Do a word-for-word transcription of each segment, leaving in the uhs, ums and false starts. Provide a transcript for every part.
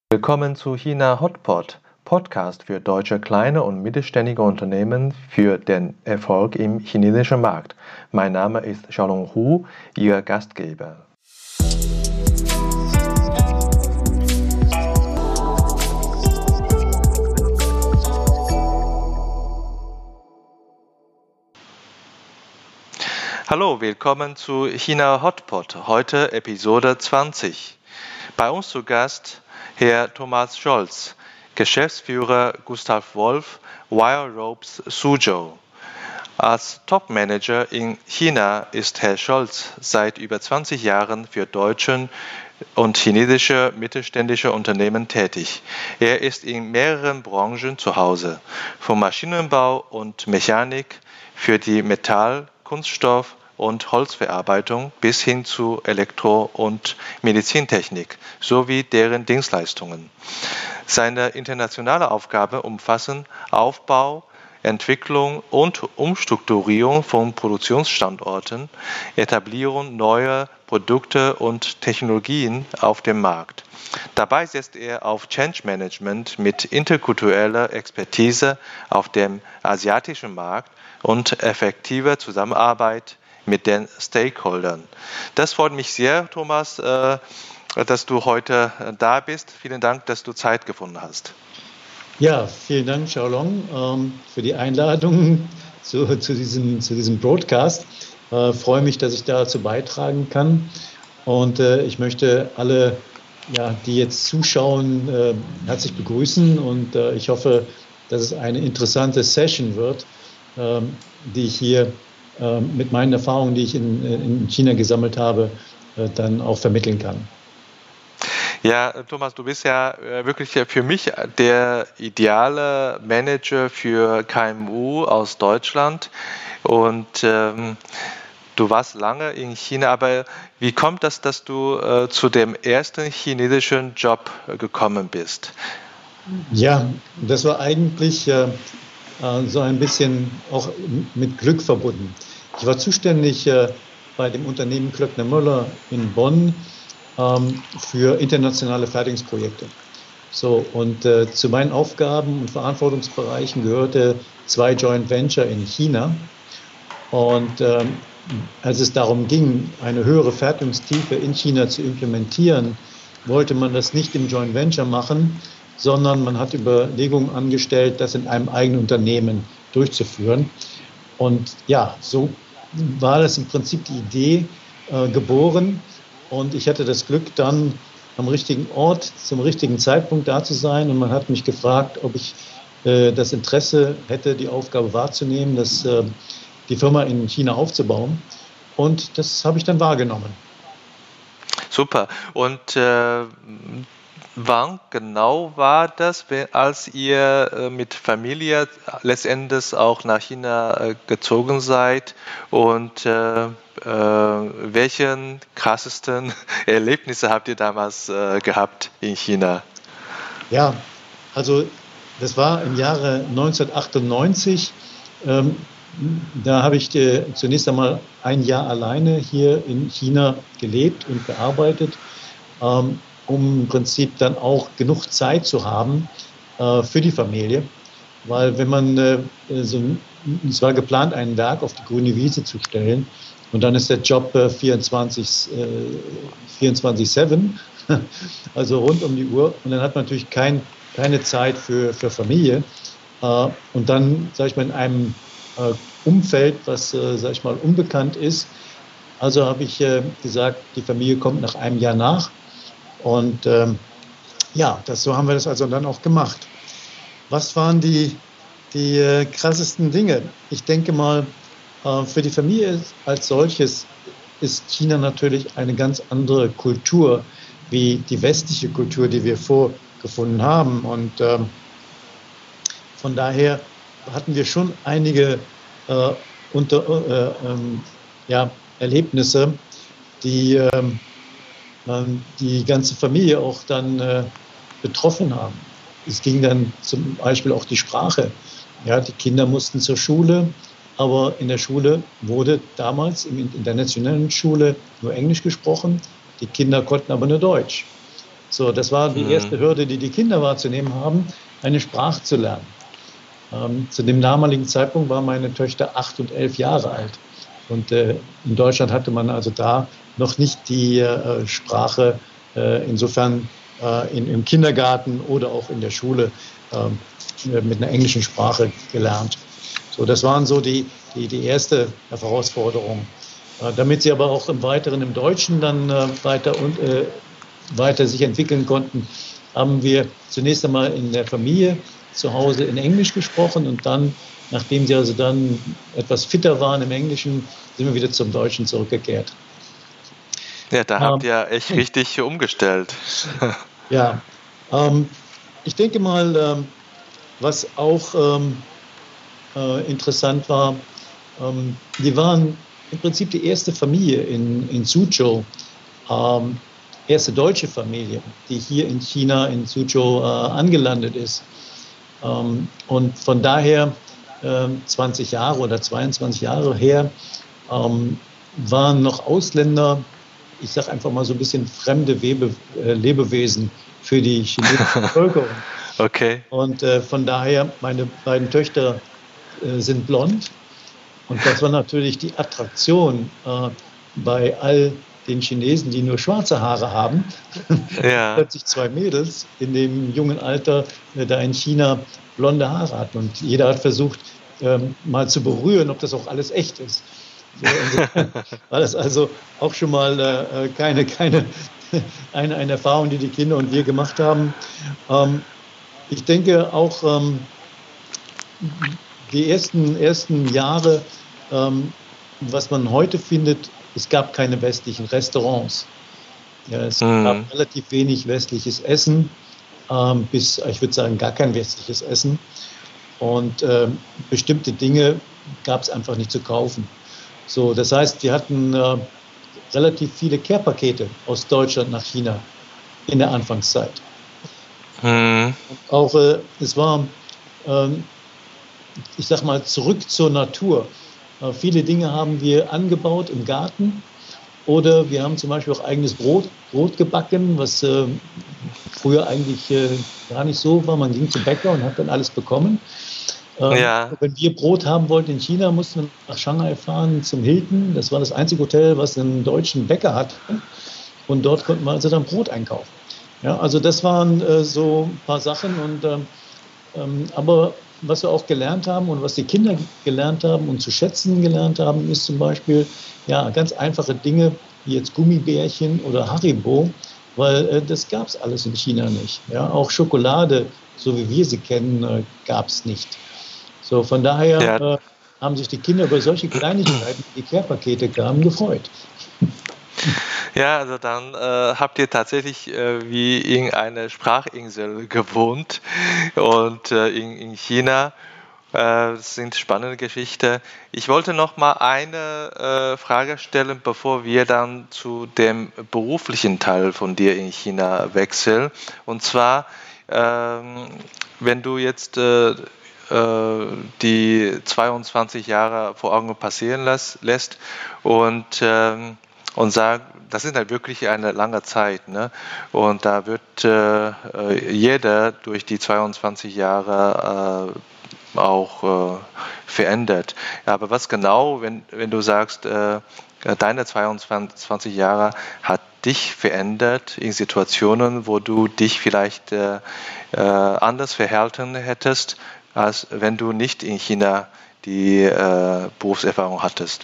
Willkommen zu China Hotpot, Podcast für deutsche kleine und mittelständige Unternehmen für den Erfolg im chinesischen Markt. Mein Name ist Xiaolong Hu, Ihr Gastgeber. Hallo, willkommen zu China Hotpot, heute Episode zwanzig. Bei uns zu Gast Herr Thomas Scholz, Geschäftsführer Gustav Wolf, Wire Ropes Suzhou. Als Topmanager in China ist Herr Scholz seit über zwanzig Jahren für deutsche und chinesische mittelständische Unternehmen tätig. Er ist in mehreren Branchen zu Hause, vom Maschinenbau und Mechanik für die Metall-, Kunststoff- und Holzverarbeitung bis hin zu Elektro- und Medizintechnik sowie deren Dienstleistungen. Seine internationale Aufgabe umfassen Aufbau, Entwicklung und Umstrukturierung von Produktionsstandorten, Etablierung neuer Produkte und Technologien auf dem Markt. Dabei setzt er auf Change Management mit interkultureller Expertise auf dem asiatischen Markt und effektiver Zusammenarbeit mit den Stakeholdern. Das freut mich sehr, Thomas, äh, dass du heute da bist. Vielen Dank, dass du Zeit gefunden hast. Ja, vielen Dank, Xiaolong, ähm, für die Einladung zu, zu, diesem, zu diesem Broadcast. Ich äh, freue mich, dass ich dazu beitragen kann. Und äh, ich möchte alle, ja, die jetzt zuschauen, äh, herzlich begrüßen. Und äh, ich hoffe, dass es eine interessante Session wird, äh, die ich hier äh, mit meinen Erfahrungen, die ich in, in China gesammelt habe, äh, dann auch vermitteln kann. Ja, Thomas, du bist ja wirklich für mich der ideale Manager für K M U aus Deutschland und ähm, du warst lange in China, aber wie kommt das, dass du äh, zu dem ersten chinesischen Job gekommen bist? Ja, das war eigentlich äh, so ein bisschen auch mit Glück verbunden. Ich war zuständig äh, bei dem Unternehmen Klöckner Müller in Bonn für internationale Fertigungsprojekte. So, und äh, zu meinen Aufgaben und Verantwortungsbereichen gehörte zwei Joint Venture in China. Und ähm, als es darum ging, eine höhere Fertigungstiefe in China zu implementieren, wollte man das nicht im Joint Venture machen, sondern man hat Überlegungen angestellt, das in einem eigenen Unternehmen durchzuführen. Und ja, so war das im Prinzip die Idee äh, geboren. Und ich hatte das Glück, dann am richtigen Ort, zum richtigen Zeitpunkt da zu sein. Und man hat mich gefragt, ob ich äh, das Interesse hätte, die Aufgabe wahrzunehmen, das, äh, die Firma in China aufzubauen. Und das habe ich dann wahrgenommen. Super. Und äh, wann genau war das, als ihr äh, mit Familie letztendlich auch nach China äh, gezogen seid? Und äh, Äh, welchen krassesten Erlebnisse habt ihr damals äh, gehabt in China? Ja, also das war im Jahre neunzehnhundertachtundneunzig. Ähm, da habe ich äh, zunächst einmal ein Jahr alleine hier in China gelebt und gearbeitet, ähm, um im Prinzip dann auch genug Zeit zu haben äh, für die Familie. Weil wenn man, äh, so, es war geplant, ein Werk auf die grüne Wiese zu stellen, und dann ist der Job äh, vierundzwanzig sieben, also rund um die Uhr. Und dann hat man natürlich kein, keine Zeit für, für Familie. Äh, und dann, sage ich mal, in einem äh, Umfeld, was, äh, sage ich mal, unbekannt ist. Also habe ich äh, gesagt, die Familie kommt nach einem Jahr nach. Und ähm, ja, das, so haben wir das also dann auch gemacht. Was waren die, die äh, krassesten Dinge? Ich denke mal, für die Familie als solches ist China natürlich eine ganz andere Kultur wie die westliche Kultur, die wir vorgefunden haben. Und ähm, von daher hatten wir schon einige äh, unter, äh, ähm, ja, Erlebnisse, die äh, die ganze Familie auch dann äh, betroffen haben. Es ging dann zum Beispiel auch die Sprache. Ja, die Kinder mussten zur Schule. Aber in der Schule wurde damals in der nationalen Schule nur Englisch gesprochen. Die Kinder konnten aber nur Deutsch. So, das war die erste Mhm. Hürde, die die Kinder wahrzunehmen haben, eine Sprache zu lernen. Ähm, zu dem damaligen Zeitpunkt waren meine Töchter acht und elf Jahre alt. Und äh, in Deutschland hatte man also da noch nicht die äh, Sprache äh, insofern äh, in, im Kindergarten oder auch in der Schule äh, mit einer englischen Sprache gelernt. So, das waren so die, die, die erste Herausforderung. Äh, damit sie aber auch im Weiteren im Deutschen dann äh, weiter und äh, weiter sich entwickeln konnten, haben wir zunächst einmal in der Familie zu Hause in Englisch gesprochen und dann, nachdem sie also dann etwas fitter waren im Englischen, sind wir wieder zum Deutschen zurückgekehrt. Ja, da habt Ähm, ihr echt richtig umgestellt. ja, ähm, ich denke mal, ähm, was auch ähm, äh, interessant war, ähm, wir waren im Prinzip die erste Familie in, in Suzhou, ähm, erste deutsche Familie, die hier in China, in Suzhou, äh, angelandet ist. Ähm, und von daher, äh, zwanzig Jahre oder zweiundzwanzig Jahre her, ähm, waren noch Ausländer, ich sage einfach mal so ein bisschen fremde Webe, äh, Lebewesen für die chinesische Bevölkerung. Okay. Und äh, von daher, meine beiden Töchter äh, sind blond. Und das war natürlich die Attraktion äh, bei all den Chinesen, die nur schwarze Haare haben. Ja. Plötzlich zwei Mädels in dem jungen Alter äh, da in China blonde Haare hatten. Und jeder hat versucht, ähm, mal zu berühren, ob das auch alles echt ist. So, insofern war das also auch schon mal äh, äh, keine, keine eine, eine Erfahrung, die die Kinder und wir gemacht haben. Ähm, ich denke auch, ähm, die ersten, ersten Jahre, ähm, was man heute findet, es gab keine westlichen Restaurants. Ja, es gab Mhm. relativ wenig westliches Essen, ähm, bis, ich würde sagen, gar kein westliches Essen. Und ähm, bestimmte Dinge gab es einfach nicht zu kaufen. So, das heißt, wir hatten äh, relativ viele Care-Pakete aus Deutschland nach China in der Anfangszeit. Mhm. Und auch äh, es war, ähm, ich sag mal, zurück zur Natur. Äh, viele Dinge haben wir angebaut im Garten oder wir haben zum Beispiel auch eigenes Brot, Brot gebacken, was äh, früher eigentlich äh, gar nicht so war. Man ging zum Bäcker und hat dann alles bekommen. Ähm, Ja. wenn wir Brot haben wollten in China, mussten wir nach Shanghai fahren zum Hilton. Das war das einzige Hotel, was einen deutschen Bäcker hatte. Und dort konnten wir also dann Brot einkaufen. Ja, also das waren äh, so ein paar Sachen. Und ähm, ähm, aber was wir auch gelernt haben und was die Kinder gelernt haben und zu schätzen gelernt haben, ist zum Beispiel ja ganz einfache Dinge wie jetzt Gummibärchen oder Haribo, weil äh, das gab es alles in China nicht. Ja, auch Schokolade, so wie wir sie kennen, äh, gab es nicht. So, von daher Ja. äh, haben sich die Kinder über solche Kleinigkeiten, die Care-Pakete kamen, gefreut. Ja, also dann äh, habt ihr tatsächlich äh, wie in einer Sprachinsel gewohnt und äh, in, in China. Äh, das sind spannende Geschichten. Ich wollte noch mal eine äh, Frage stellen, bevor wir dann zu dem beruflichen Teil von dir in China wechseln. Und zwar, ähm, wenn du jetzt äh, äh, die zweiundzwanzig Jahre vor Augen passieren lässt, lässt und ähm, und sagen, das ist halt wirklich eine lange Zeit, ne? Und da wird äh, äh, jeder durch die zweiundzwanzig Jahre äh, auch äh, verändert. Ja, aber was genau, wenn, wenn du sagst, äh, deine zweiundzwanzig Jahre hat dich verändert in Situationen, wo du dich vielleicht äh, äh, anders verhalten hättest, als wenn du nicht in China die äh, Berufserfahrung hattest?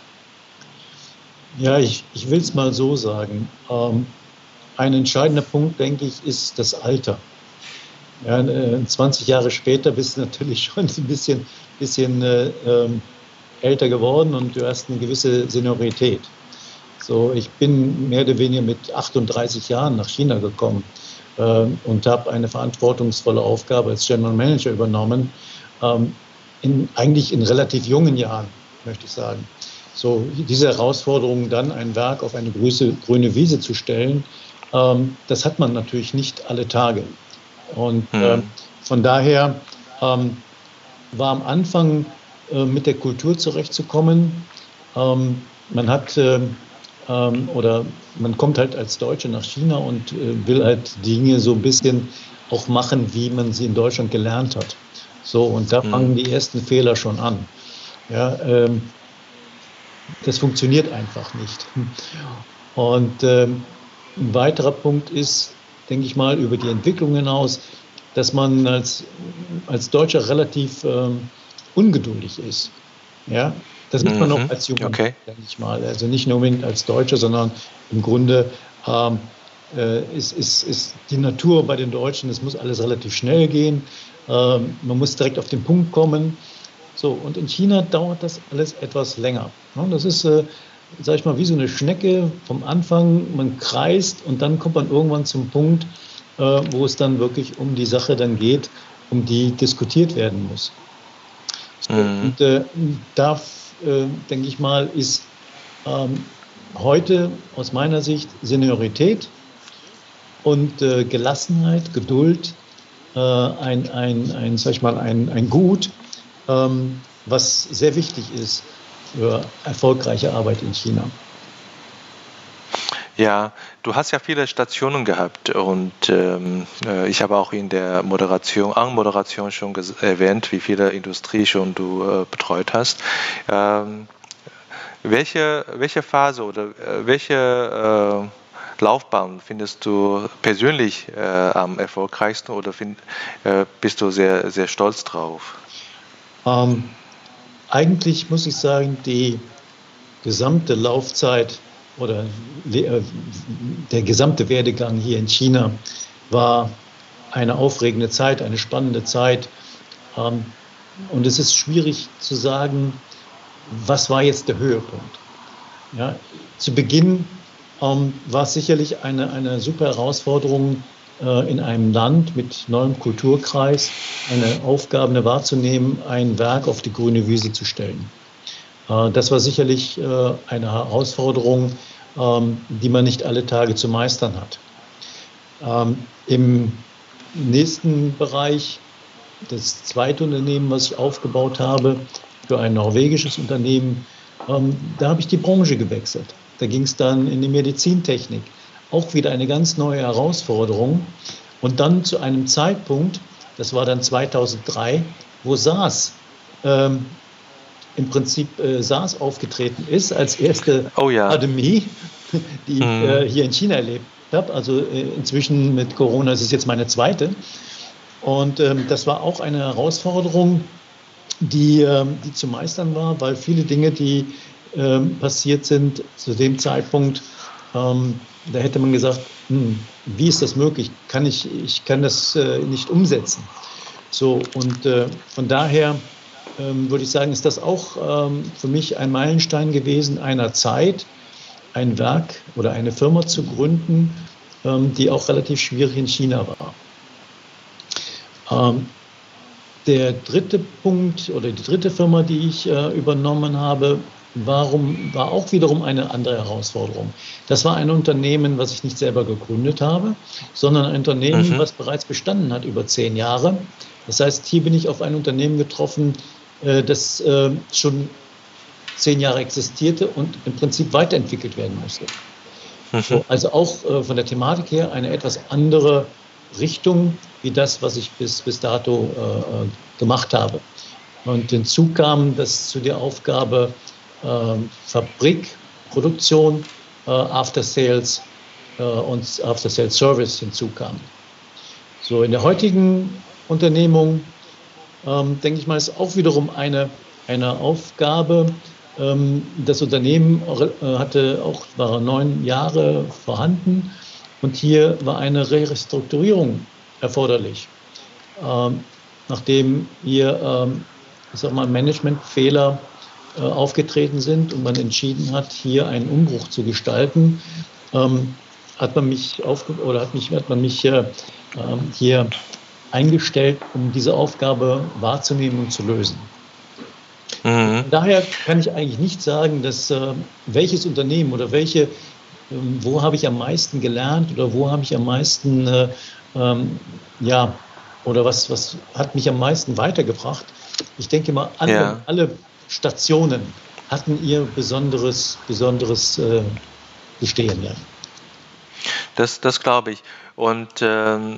Ja, ich, ich will es mal so sagen. Ähm, ein entscheidender Punkt, denke ich, ist das Alter. Ja, äh, zwanzig Jahre später bist du natürlich schon ein bisschen, bisschen äh, ähm, älter geworden und du hast eine gewisse Seniorität. So, ich bin mehr oder weniger mit achtunddreißig Jahren nach China gekommen ähm, und habe eine verantwortungsvolle Aufgabe als General Manager übernommen, ähm, in, eigentlich in relativ jungen Jahren, möchte ich sagen. So, diese Herausforderung, dann ein Werk auf eine grüße, grüne Wiese zu stellen, ähm, das hat man natürlich nicht alle Tage. Und ähm, Hm. von daher ähm, war am Anfang äh, mit der Kultur zurechtzukommen. Ähm, man hat äh, ähm, oder man kommt halt als Deutsche nach China und äh, will halt Dinge so ein bisschen auch machen, wie man sie in Deutschland gelernt hat. So, und da Mhm. fangen die ersten Fehler schon an. Ja, ähm, das funktioniert einfach nicht. Und ähm, ein weiterer Punkt ist, denke ich mal, über die Entwicklung hinaus, dass man als, als Deutscher relativ ähm, ungeduldig ist. Ja, das ist man auch Mhm. als junger Mann, Okay. denke ich mal. Also nicht nur unbedingt als Deutscher, sondern im Grunde ähm, äh, ist, ist, ist die Natur bei den Deutschen, es muss alles relativ schnell gehen. Ähm, man muss direkt auf den Punkt kommen. So, und in China dauert das alles etwas länger. Ja, das ist, äh, sag ich mal, wie so eine Schnecke vom Anfang, man kreist und dann kommt man irgendwann zum Punkt, äh, wo es dann wirklich um die Sache dann geht, um die diskutiert werden muss. So, Mhm. und äh, da, äh, denke ich mal, ist ähm, heute aus meiner Sicht Seniorität und äh, Gelassenheit, Geduld äh, ein, ein, ein, sag ich mal, ein, ein Gut, ähm, was sehr wichtig ist für erfolgreiche Arbeit in China. Ja, du hast ja viele Stationen gehabt und ähm, äh, ich habe auch in der Moderation, Anmoderation schon ges- erwähnt, wie viele Industrie schon du äh, betreut hast. Ähm, welche, welche Phase oder äh, welche äh, Laufbahn findest du persönlich äh, am erfolgreichsten oder find, äh, bist du sehr, sehr stolz drauf? Ähm, eigentlich muss ich sagen, die gesamte Laufzeit oder le- äh, der gesamte Werdegang hier in China war eine aufregende Zeit, eine spannende Zeit. Ähm, und es ist schwierig zu sagen, was war jetzt der Höhepunkt. Ja, zu Beginn ähm, war es sicherlich eine, eine super Herausforderung, äh, in einem Land mit neuem Kulturkreis eine Aufgabe wahrzunehmen, ein Werk auf die grüne Wiese zu stellen. Äh, das war sicherlich äh, eine Herausforderung, ähm, die man nicht alle Tage zu meistern hat. Ähm, Im nächsten Bereich, das zweite Unternehmen, was ich aufgebaut habe, für ein norwegisches Unternehmen, ähm, da habe ich die Branche gewechselt. Da ging es dann in die Medizintechnik. Auch wieder eine ganz neue Herausforderung. Und dann zu einem Zeitpunkt, das war dann zweitausenddrei, wo SaaS ähm, im Prinzip äh, SaaS aufgetreten ist als erste Oh ja. Pandemie, die ich Mhm. äh, hier in China erlebt habe. Also äh, inzwischen mit Corona ist es jetzt meine zweite. Und ähm, das war auch eine Herausforderung, die, ähm, die zu meistern war, weil viele Dinge, die ähm, passiert sind zu dem Zeitpunkt, ähm, da hätte man gesagt, hm, wie ist das möglich? Kann ich, ich kann das äh, nicht umsetzen. So, und äh, von daher ähm, würde ich sagen, ist das auch ähm, für mich ein Meilenstein gewesen einer Zeit, ein Werk oder eine Firma zu gründen, ähm, die auch relativ schwierig in China war. Ähm, Der dritte Punkt oder die dritte Firma, die ich äh, übernommen habe, warum, war auch wiederum eine andere Herausforderung. Das war ein Unternehmen, was ich nicht selber gegründet habe, sondern ein Unternehmen, Mhm. was bereits bestanden hat über zehn Jahre. Das heißt, hier bin ich auf ein Unternehmen getroffen, äh, das äh, schon zehn Jahre existierte und im Prinzip weiterentwickelt werden musste. Mhm. So, also auch äh, von der Thematik her eine etwas andere Richtung wie das, was ich bis, bis dato äh, gemacht habe. Und hinzu kam das zu der Aufgabe äh, Fabrik, Produktion, äh, After Sales äh, und After Sales Service hinzukam. So, in der heutigen Unternehmung ähm, denke ich mal, ist auch wiederum eine, eine Aufgabe. Ähm, das Unternehmen äh, hatte auch, war neun Jahre vorhanden und hier war eine Restrukturierung erforderlich. Ähm, Nachdem hier, ähm, ich sag mal, Managementfehler äh, aufgetreten sind und man entschieden hat, hier einen Umbruch zu gestalten, ähm, hat man mich aufge oder hat mich, hat man mich äh, ähm, hier eingestellt, um diese Aufgabe wahrzunehmen und zu lösen. Mhm. Von daher kann ich eigentlich nicht sagen, dass äh, welches Unternehmen oder welche, ähm, wo habe ich am meisten gelernt oder wo habe ich am meisten, äh, ähm, ja, oder was, was hat mich am meisten weitergebracht. Ich denke mal, alle, Ja. alle Stationen hatten ihr besonderes, besonderes äh, bestehen, ja. Das, das glaube ich. Und ähm,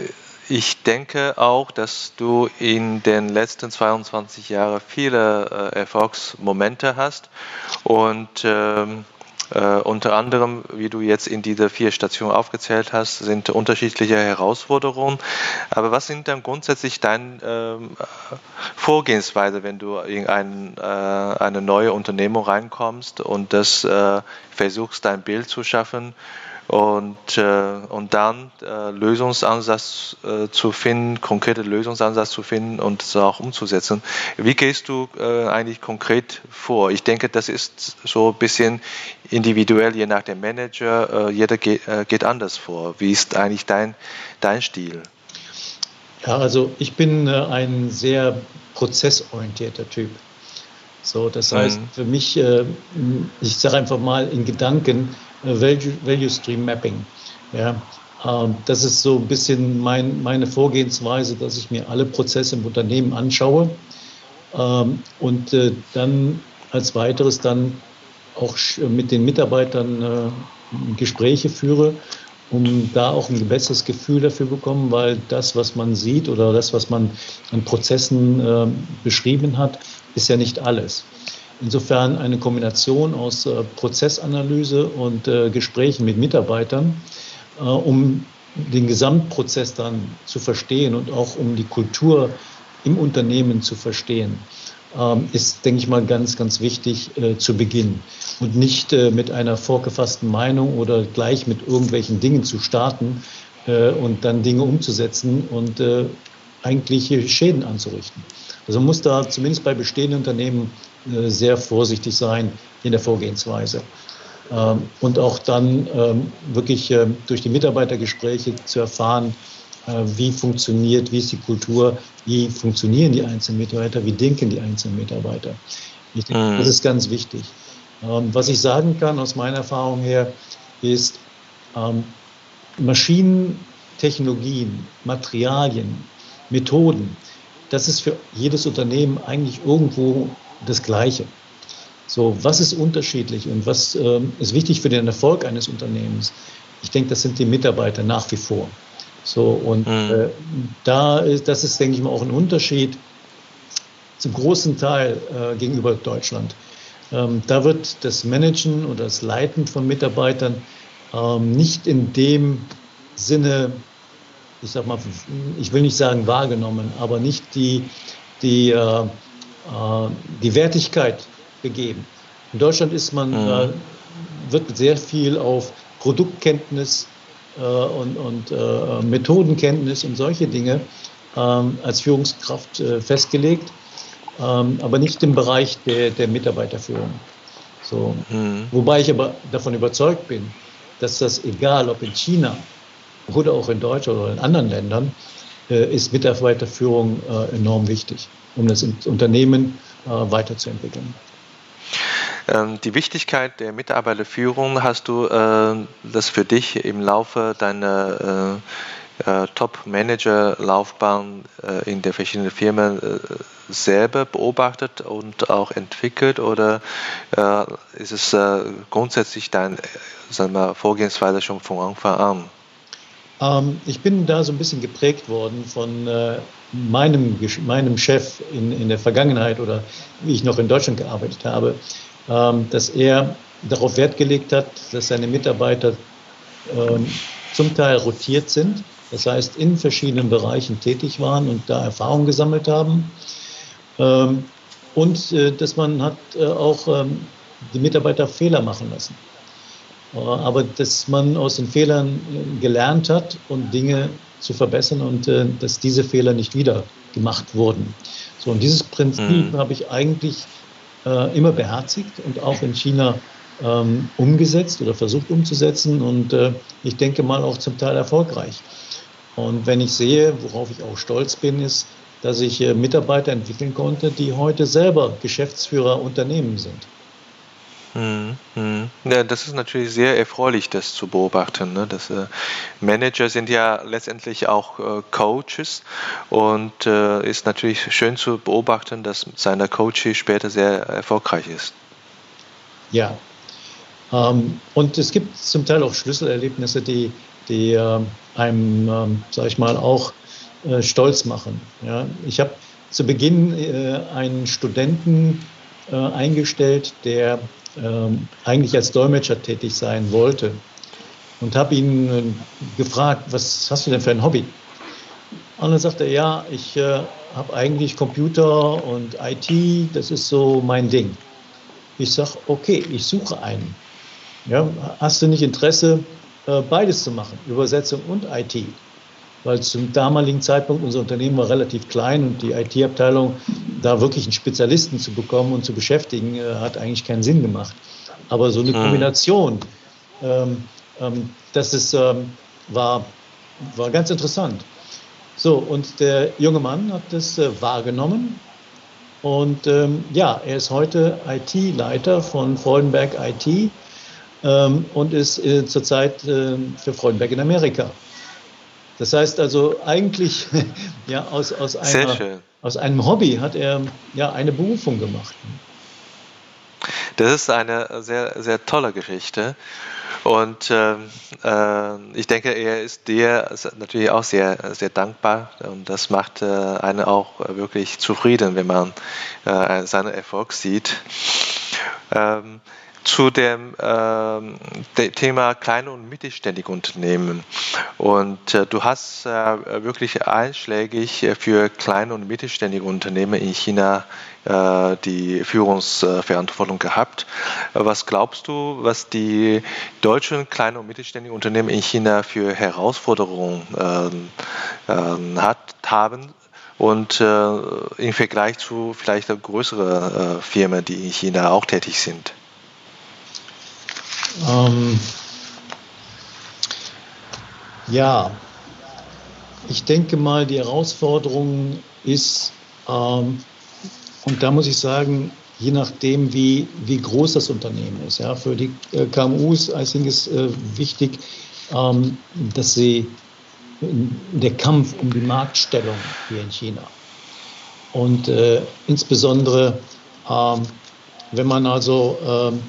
ich denke auch, dass du in den letzten zweiundzwanzig Jahren viele äh, Erfolgsmomente hast und ähm, äh, unter anderem, wie du jetzt in diese vier Stationen aufgezählt hast, sind unterschiedliche Herausforderungen. Aber was sind dann grundsätzlich deine ähm, Vorgehensweise, wenn du in ein, äh, eine neue Unternehmung reinkommst und das äh, versuchst, dein Bild zu schaffen? Und, äh, und dann äh, Lösungsansatz äh, zu finden, konkrete Lösungsansatz zu finden und es auch umzusetzen. Wie gehst du äh, eigentlich konkret vor? Ich denke, das ist so ein bisschen individuell, je nach dem Manager. Äh, jeder geht, äh, geht anders vor. Wie ist eigentlich dein, dein Stil? Ja, also ich bin äh, ein sehr prozessorientierter Typ. So, das heißt, Mhm. für mich, äh, ich sage einfach mal in Gedanken, äh, Value, Value Stream Mapping. Ja, ähm, das ist so ein bisschen mein, meine Vorgehensweise, dass ich mir alle Prozesse im Unternehmen anschaue ähm, und äh, dann als weiteres dann auch mit den Mitarbeitern äh, Gespräche führe, um da auch ein besseres Gefühl dafür bekommen, weil das, was man sieht oder das, was man an Prozessen äh, beschrieben hat, ist ja nicht alles. Insofern eine Kombination aus äh, Prozessanalyse und äh, Gesprächen mit Mitarbeitern, äh, um den Gesamtprozess dann zu verstehen und auch um die Kultur im Unternehmen zu verstehen, ähm, ist, denke ich mal, ganz, ganz wichtig äh, zu Beginn. Und nicht äh, mit einer vorgefassten Meinung oder gleich mit irgendwelchen Dingen zu starten äh, und dann Dinge umzusetzen und äh, eigentliche Schäden anzurichten. Also man muss da zumindest bei bestehenden Unternehmen äh, sehr vorsichtig sein in der Vorgehensweise. Ähm, und auch dann ähm, wirklich äh, durch die Mitarbeitergespräche zu erfahren, äh, wie funktioniert, wie ist die Kultur, wie funktionieren die einzelnen Mitarbeiter, wie denken die einzelnen Mitarbeiter. Ich denke, das Mhm. ist ganz wichtig. Ähm, was ich sagen kann aus meiner Erfahrung her, ist, ähm, Maschinen, Technologien, Materialien, Methoden, das ist für jedes Unternehmen eigentlich irgendwo das Gleiche. So, was ist unterschiedlich und was ähm, ist wichtig für den Erfolg eines Unternehmens? Ich denke, das sind die Mitarbeiter nach wie vor. So, und Mhm. äh, da ist, das ist, denke ich mal, auch ein Unterschied zum großen Teil äh, gegenüber Deutschland. Ähm, da wird das Managen oder das Leiten von Mitarbeitern ähm, nicht in dem Sinne, ich sag mal, ich will nicht sagen wahrgenommen, aber nicht die, die, äh, äh, die Wertigkeit gegeben. In Deutschland ist man, Mhm. äh, wird sehr viel auf Produktkenntnis äh, und, und äh, Methodenkenntnis und solche Dinge ähm, als Führungskraft äh, festgelegt, ähm, aber nicht im Bereich der, der Mitarbeiterführung. So. Mhm. Wobei ich aber davon überzeugt bin, dass das egal, ob in China oder auch in Deutschland oder in anderen Ländern, äh, ist Mitarbeiterführung äh, enorm wichtig, um das Unternehmen äh, weiterzuentwickeln. Ähm, die Wichtigkeit der Mitarbeiterführung hast du äh, das für dich im Laufe deiner äh, äh, Top-Manager-Laufbahn äh, in der verschiedenen Firmen äh, selber beobachtet und auch entwickelt oder äh, ist es äh, grundsätzlich deine sagen wir, Vorgehensweise schon von Anfang an? Ähm, ich bin da so ein bisschen geprägt worden von äh, meinem, meinem Chef in, in der Vergangenheit oder wie ich noch in Deutschland gearbeitet habe, ähm, dass er darauf Wert gelegt hat, dass seine Mitarbeiter ähm, zum Teil rotiert sind, das heißt in verschiedenen Bereichen tätig waren und da Erfahrung gesammelt haben. Ähm, und äh, dass man hat äh, auch ähm, die Mitarbeiter Fehler machen lassen. Äh, aber dass man aus den Fehlern äh, gelernt hat und Dinge zu verbessern und äh, dass diese Fehler nicht wieder gemacht wurden. So, und dieses Prinzip Mhm. habe ich eigentlich äh, immer beherzigt und auch in China ähm, umgesetzt oder versucht umzusetzen und äh, ich denke mal auch zum Teil erfolgreich. Und wenn ich sehe, worauf ich auch stolz bin, ist, dass ich äh, Mitarbeiter entwickeln konnte, die heute selber Geschäftsführer Unternehmen sind. Mhm, mhm. Ja, das ist natürlich sehr erfreulich, das zu beobachten. Ne? Das, äh, Manager sind ja letztendlich auch äh, Coaches und äh, ist natürlich schön zu beobachten, dass seine Coach später sehr erfolgreich ist. Ja, Ähm, und es gibt zum Teil auch Schlüsselerlebnisse, die, die äh, einem, ähm, sag ich mal, auch äh, stolz machen. Ja? Ich habe zu Beginn äh, einen Studenten äh, eingestellt, der ähm, eigentlich als Dolmetscher tätig sein wollte und habe ihn äh, gefragt, was hast du denn für ein Hobby? Und dann sagte er, ja, ich äh, habe eigentlich Computer und I T, das ist so mein Ding. Ich sage, okay, ich suche einen. Ja, hast du nicht Interesse, äh, beides zu machen, Übersetzung und I T? Weil zum damaligen Zeitpunkt unser Unternehmen war relativ klein und die I T-Abteilung, da wirklich einen Spezialisten zu bekommen und zu beschäftigen, äh, hat eigentlich keinen Sinn gemacht. Aber so eine Hm. Kombination, ähm, ähm, das ist, ähm, war, war ganz interessant. So, und der junge Mann hat das äh, wahrgenommen und ähm, ja, er ist heute I T-Leiter von Freudenberg I T ähm, und ist äh, zurzeit äh, für Freudenberg in Amerika. Das heißt also eigentlich ja, aus, aus, Sehr einer, schön. aus einem Hobby hat er ja eine Berufung gemacht. Das ist eine sehr, sehr tolle Geschichte. Und ähm, äh, ich denke, er ist dir natürlich auch sehr, sehr dankbar. Und das macht äh, einen auch wirklich zufrieden, wenn man äh, seinen Erfolg sieht. Ähm, zu dem ähm, de- Thema kleine und mittelständige Unternehmen. Und äh, du hast äh, wirklich einschlägig äh, für kleine und mittelständige Unternehmen in China äh, die Führungsverantwortung gehabt. Was glaubst du, was die deutschen kleinen und mittelständigen Unternehmen in China für Herausforderungen ähm, ähm, hat, haben? Und äh, im Vergleich zu vielleicht größeren äh, Firmen, die in China auch tätig sind? Ähm, ja, ich denke mal, die Herausforderung ist, ähm, und da muss ich sagen, je nachdem, wie, wie groß das Unternehmen ist. Ja, für die äh, K M Us, I think, ist äh, wichtig, ähm, dass sie der Kampf um die Marktstellung hier in China. Und äh, insbesondere, ähm, wenn man also ähm,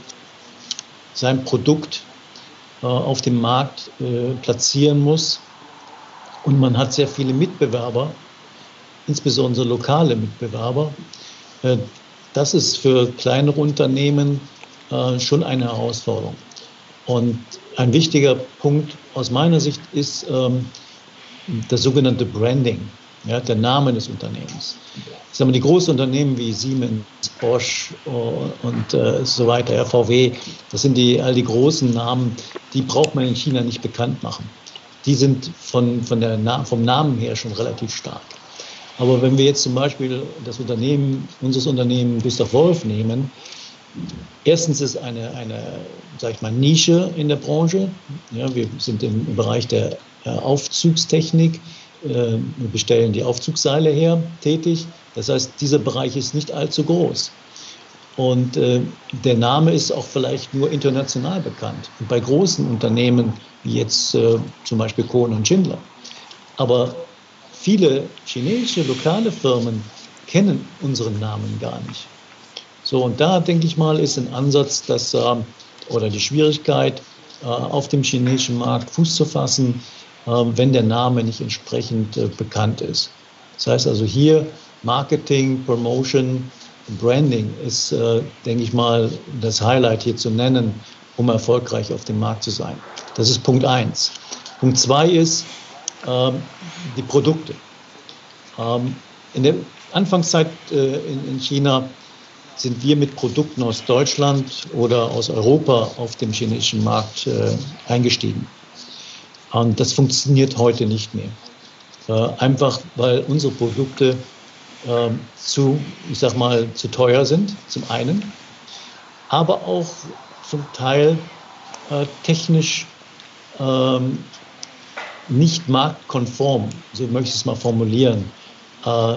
sein Produkt äh, auf dem Markt äh, platzieren muss und man hat sehr viele Mitbewerber, insbesondere lokale Mitbewerber, äh, das ist für kleinere Unternehmen äh, schon eine Herausforderung. Und ein wichtiger Punkt aus meiner Sicht ist ähm, das sogenannte Branding, ja, der Name des Unternehmens. Ich sage mal, die großen Unternehmen wie Siemens, Bosch und äh, so weiter, R V W, das sind die, all die großen Namen, die braucht man in China nicht bekannt machen. Die sind von, von der, vom Namen her schon relativ stark. Aber wenn wir jetzt zum Beispiel das Unternehmen, unseres Unternehmen Gustav Wolf nehmen, erstens ist eine, eine, sag ich mal, Nische in der Branche. Ja, wir sind im Bereich der Aufzugstechnik, wir bestellen die Aufzugsseile her, tätig. Das heißt, dieser Bereich ist nicht allzu groß. Und äh, der Name ist auch vielleicht nur international bekannt. Und bei großen Unternehmen, wie jetzt äh, zum Beispiel Kohn und Schindler. Aber viele chinesische lokale Firmen kennen unseren Namen gar nicht. So, und da denke ich mal, ist ein Ansatz, dass, äh, oder die Schwierigkeit, äh, auf dem chinesischen Markt Fuß zu fassen, äh, wenn der Name nicht entsprechend äh, bekannt ist. Das heißt also hier Marketing, Promotion, Branding ist, äh, denke ich mal, das Highlight hier zu nennen, um erfolgreich auf dem Markt zu sein. Das ist Punkt eins. Punkt zwei ist äh, die Produkte. Ähm, in der Anfangszeit äh, in, in China sind wir mit Produkten aus Deutschland oder aus Europa auf dem chinesischen Markt äh, eingestiegen. Und das funktioniert heute nicht mehr. Äh, einfach weil unsere Produkte äh, zu, ich sag mal, zu teuer sind, zum einen, aber auch zum Teil äh, technisch ähm, nicht marktkonform, so möchte ich es mal formulieren, äh,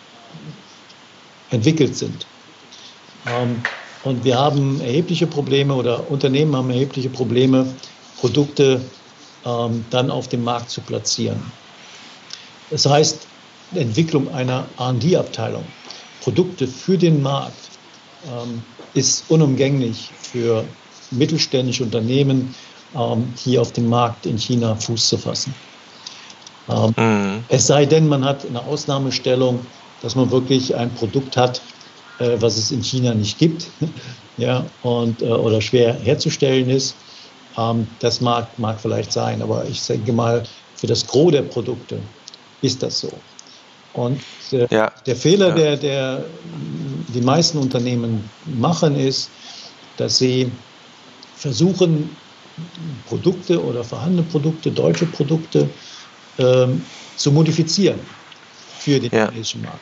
entwickelt sind. Ähm, und wir haben erhebliche Probleme oder Unternehmen haben erhebliche Probleme, Produkte ähm, dann auf dem Markt zu platzieren. Das heißt, die Entwicklung einer R und D-Abteilung, Produkte für den Markt, ähm, ist unumgänglich für mittelständische Unternehmen, ähm, hier auf dem Markt in China Fuß zu fassen. Ähm, mhm. Es sei denn, man hat eine Ausnahmestellung, dass man wirklich ein Produkt hat, äh, was es in China nicht gibt, ja, und, äh, oder schwer herzustellen ist. Ähm, das mag, mag vielleicht sein, aber ich denke mal, für das Gros der Produkte ist das so. Und äh, ja. der Fehler, ja. der, der die meisten Unternehmen machen, ist, dass sie versuchen, Produkte oder vorhandene Produkte, deutsche Produkte, ähm, zu modifizieren für den ja. chinesischen Markt.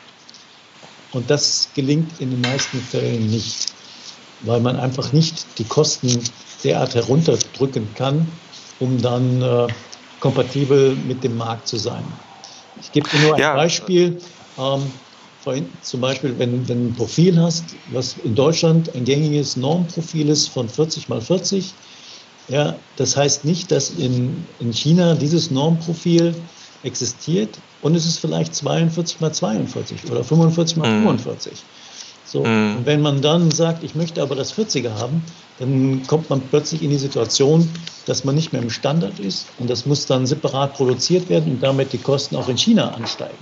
Und das gelingt in den meisten Fällen nicht, weil man einfach nicht die Kosten derart herunterdrücken kann, um dann äh, kompatibel mit dem Markt zu sein. Ich gebe dir nur ein ja. Beispiel. Ähm, vorhin, zum Beispiel, wenn, wenn du ein Profil hast, was in Deutschland ein gängiges Normprofil ist von vierzig mal vierzig, ja, das heißt nicht, dass in, in China dieses Normprofil existiert und es ist vielleicht zweiundvierzig mal zweiundvierzig oder fünfundvierzig mal fünfundvierzig. So, mm. Und wenn man dann sagt, ich möchte aber das vierziger haben, dann kommt man plötzlich in die Situation, dass man nicht mehr im Standard ist und das muss dann separat produziert werden und damit die Kosten auch in China ansteigen.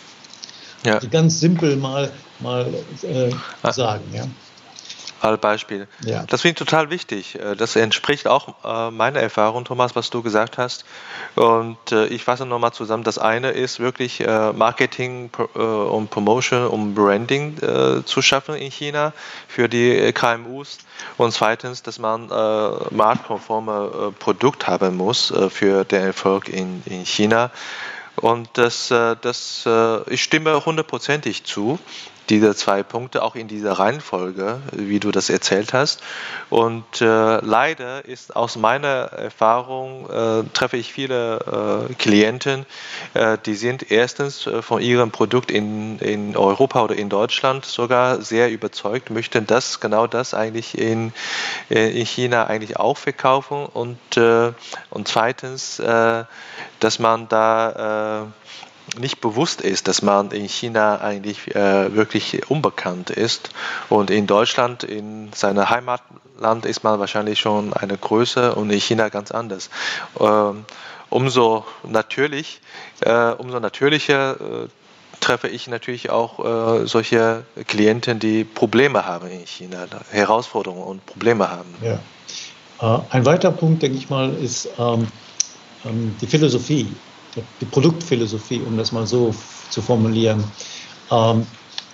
Ja. Also ganz simpel mal, mal äh, sagen, ja. Beispiel. Ja. Das finde ich total wichtig. Das entspricht auch meiner Erfahrung, Thomas, was du gesagt hast. Und ich fasse nochmal zusammen. Das eine ist wirklich Marketing und Promotion, um Branding zu schaffen in China für die K M Us. Und zweitens, dass man marktkonforme Produkt haben muss für den Erfolg in, in China. Und das, das, ich stimme hundertprozentig zu. Diese zwei Punkte, auch in dieser Reihenfolge, wie du das erzählt hast. Und äh, leider ist aus meiner Erfahrung, äh, treffe ich viele äh, Klienten, äh, die sind erstens äh, von ihrem Produkt in, in Europa oder in Deutschland sogar sehr überzeugt, möchten das, genau das eigentlich in, in China eigentlich auch verkaufen. Und, äh, und zweitens, äh, dass man da äh, nicht bewusst ist, dass man in China eigentlich äh, wirklich unbekannt ist und in Deutschland, in seinem Heimatland, ist man wahrscheinlich schon eine Größe und in China ganz anders. Ähm, umso natürlich, äh, umso natürlicher äh, treffe ich natürlich auch äh, solche Klienten, die Probleme haben in China, Herausforderungen und Probleme haben. Ja. Äh, ein weiterer Punkt, denke ich mal, ist ähm, ähm, die Philosophie. Die Produktphilosophie, um das mal so zu formulieren. Ähm,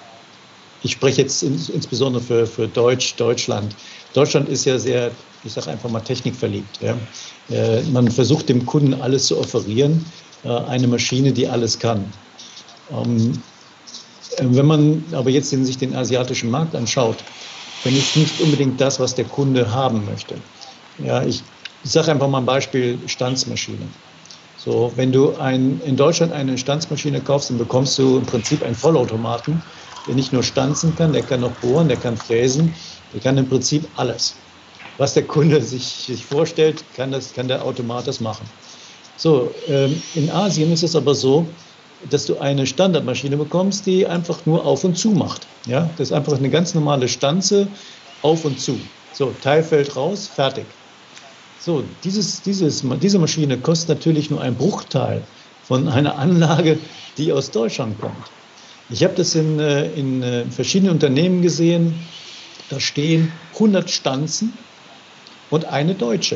ich spreche jetzt ins, insbesondere für, für Deutsch, Deutschland. Deutschland ist ja sehr, ich sage einfach mal, technikverliebt. Ja? Äh, man versucht dem Kunden alles zu offerieren, äh, eine Maschine, die alles kann. Ähm, wenn man aber jetzt den, sich den asiatischen Markt anschaut, dann ist nicht unbedingt das, was der Kunde haben möchte. Ja, ich ich sage einfach mal ein Beispiel, Stanzmaschine. So, wenn du ein, in Deutschland eine Stanzmaschine kaufst, dann bekommst du im Prinzip einen Vollautomaten, der nicht nur stanzen kann, der kann auch bohren, der kann fräsen, der kann im Prinzip alles. Was der Kunde sich, sich vorstellt, kann, das, kann der Automat das machen. So, ähm, in Asien ist es aber so, dass du eine Standardmaschine bekommst, die einfach nur auf und zu macht. Ja? Das ist einfach eine ganz normale Stanze, auf und zu. So, Teil fällt raus, fertig. So, dieses, dieses, diese Maschine kostet natürlich nur einen Bruchteil von einer Anlage, die aus Deutschland kommt. Ich habe das in, in verschiedenen Unternehmen gesehen, da stehen hundert Stanzen und eine deutsche.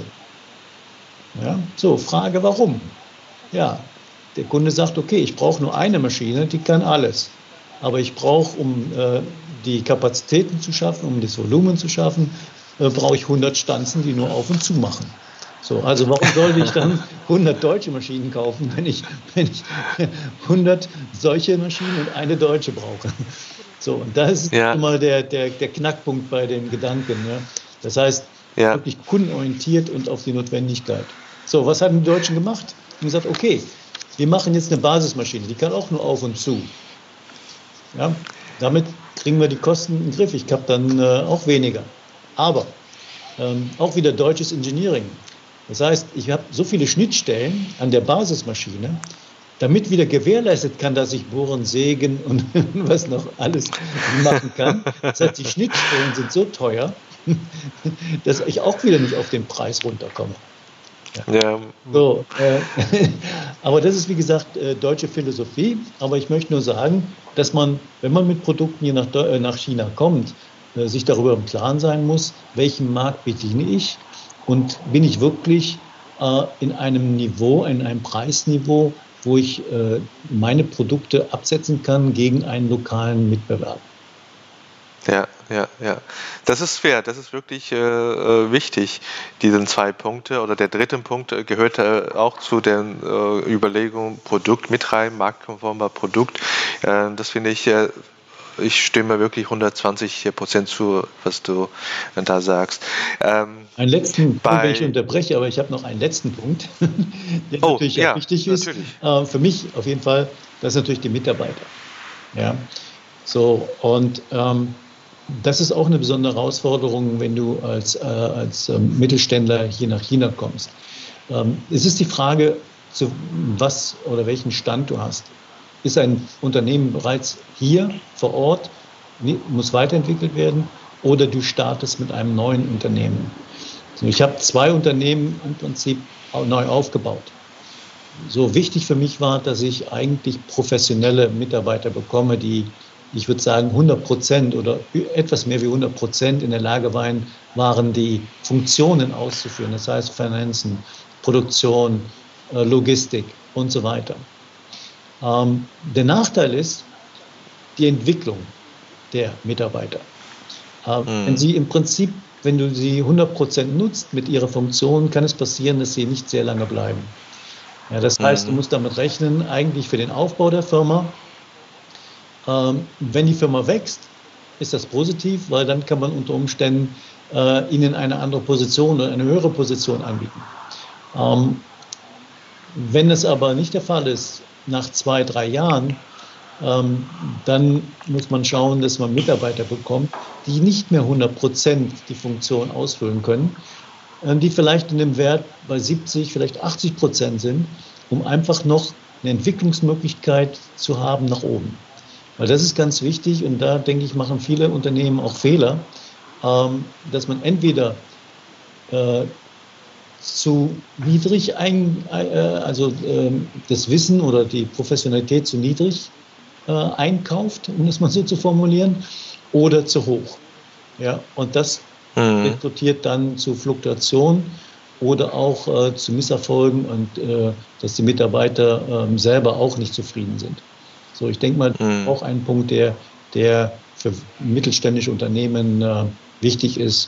Ja, so, Frage, warum? Ja, der Kunde sagt, okay, ich brauche nur eine Maschine, die kann alles. Aber ich brauche, um äh, die Kapazitäten zu schaffen, um das Volumen zu schaffen, äh, brauche ich hundert Stanzen, die nur auf und zu machen. So, also warum sollte ich dann hundert deutsche Maschinen kaufen, wenn ich, wenn ich hundert solche Maschinen und eine deutsche brauche? So, und das ist ja immer der, der, der Knackpunkt bei den Gedanken. Ja? Das heißt, ja. wirklich kundenorientiert und auf die Notwendigkeit. So, was haben die Deutschen gemacht? Die haben gesagt, okay, wir machen jetzt eine Basismaschine, die kann auch nur auf und zu. Ja? Damit kriegen wir die Kosten in den Griff. Ich habe dann äh, auch weniger. Aber ähm, auch wieder deutsches Engineering. Das heißt, ich habe so viele Schnittstellen an der Basismaschine, damit wieder gewährleistet kann, dass ich bohren, sägen und was noch alles machen kann. Das heißt, die Schnittstellen sind so teuer, dass ich auch wieder nicht auf den Preis runterkomme. Ja. Ja. So, äh, aber das ist, wie gesagt, äh, deutsche Philosophie. Aber ich möchte nur sagen, dass man, wenn man mit Produkten hier nach, äh, nach China kommt, äh, sich darüber im Klaren sein muss, welchen Markt bediene ich und bin ich wirklich äh, in einem Niveau, in einem Preisniveau, wo ich äh, meine Produkte absetzen kann gegen einen lokalen Mitbewerber. Ja, ja, ja. Das ist fair, das ist wirklich äh, äh, wichtig, diese zwei Punkte. Oder der dritte Punkt äh, gehört äh, auch zu den äh, Überlegungen Produkt mit rein, marktkonformer Produkt. Äh, das finde ich, äh, ich stimme wirklich hundertzwanzig Prozent zu, was du äh, da sagst. Ähm, Einen letzten Punkt, wenn ich bei, unterbreche, aber ich habe noch einen letzten Punkt, der oh, natürlich auch ja, wichtig ist. natürlich. Äh, für mich auf jeden Fall, das ist natürlich die Mitarbeiter. Ja, so und ähm, das ist auch eine besondere Herausforderung, wenn du als, äh, als ähm, Mittelständler hier nach China kommst. Ähm, es ist die Frage, zu was oder welchen Stand du hast. Ist ein Unternehmen bereits hier vor Ort, muss weiterentwickelt werden, oder du startest mit einem neuen Unternehmen? So, ich habe zwei Unternehmen im Prinzip neu aufgebaut. So wichtig für mich war, dass ich eigentlich professionelle Mitarbeiter bekomme, die, ich würde sagen, hundert Prozent oder etwas mehr wie hundert Prozent in der Lage waren, waren, die Funktionen auszuführen. Das heißt Finanzen, Produktion, Logistik und so weiter. Ähm, der Nachteil ist die Entwicklung der Mitarbeiter. Ähm, mhm. Wenn sie im Prinzip, wenn du sie hundert Prozent nutzt mit ihrer Funktion, kann es passieren, dass sie nicht sehr lange bleiben. Ja, das heißt, mhm. du musst damit rechnen, eigentlich für den Aufbau der Firma. Ähm, wenn die Firma wächst, ist das positiv, weil dann kann man unter Umständen äh, ihnen eine andere Position oder eine höhere Position anbieten. Ähm, wenn es aber nicht der Fall ist, nach zwei, drei Jahren, ähm, dann muss man schauen, dass man Mitarbeiter bekommt, die nicht mehr hundert Prozent die Funktion ausfüllen können, äh, die vielleicht in dem Wert bei siebzig, vielleicht achtzig Prozent sind, um einfach noch eine Entwicklungsmöglichkeit zu haben nach oben. Weil das ist ganz wichtig und da, denke ich, machen viele Unternehmen auch Fehler, ähm, dass man entweder äh, zu niedrig, ein, äh, also äh, das Wissen oder die Professionalität zu niedrig äh, einkauft, um das mal so zu formulieren, oder zu hoch. Ja, und das mhm. rekrutiert dann zu Fluktuationen oder auch äh, zu Misserfolgen und äh, dass die Mitarbeiter äh, selber auch nicht zufrieden sind. So, ich denke mal, mhm. auch ein Punkt, der, der für mittelständische Unternehmen äh, wichtig ist.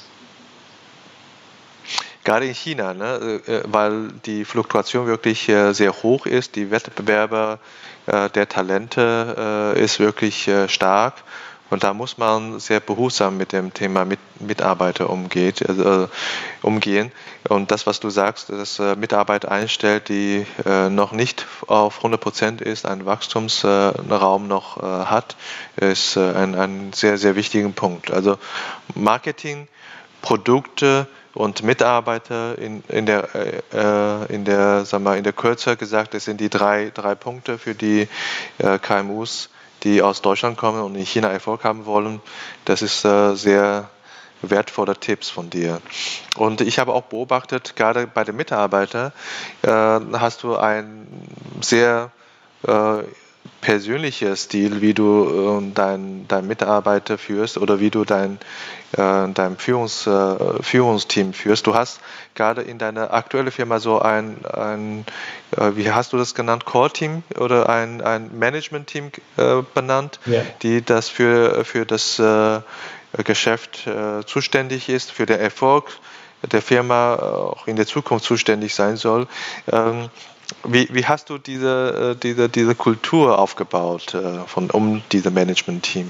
Gerade in China, ne, weil die Fluktuation wirklich sehr hoch ist, die Wettbewerber der Talente ist wirklich stark und da muss man sehr behutsam mit dem Thema mit Mitarbeiter umgeht, also, umgehen. Und das, was du sagst, dass Mitarbeiter einstellt, die noch nicht auf hundert Prozent ist, einen Wachstumsraum noch hat, ist ein, ein sehr, sehr wichtiger Punkt. Also Marketing, Produkte und Mitarbeiter in, in der, äh, in der, sagen wir, in der Kürze gesagt, das sind die drei, drei Punkte für die äh, K M Us, die aus Deutschland kommen und in China Erfolg haben wollen. Das ist äh, sehr wertvolle Tipps von dir. Und ich habe auch beobachtet, gerade bei den Mitarbeitern äh, hast du ein sehr äh, persönlicher Stil, wie du äh, dein, dein Mitarbeiter führst oder wie du dein, äh, dein Führungs, äh, Führungsteam führst. Du hast gerade in deiner aktuellen Firma so ein, ein äh, wie hast du das genannt, Core-Team oder ein, ein Management-Team äh, benannt, ja. die das für, für das äh, Geschäft äh, zuständig ist, für den Erfolg der Firma auch in der Zukunft zuständig sein soll. Ähm, Wie, wie hast du diese, diese, diese Kultur aufgebaut äh, von, um dieses Management-Team?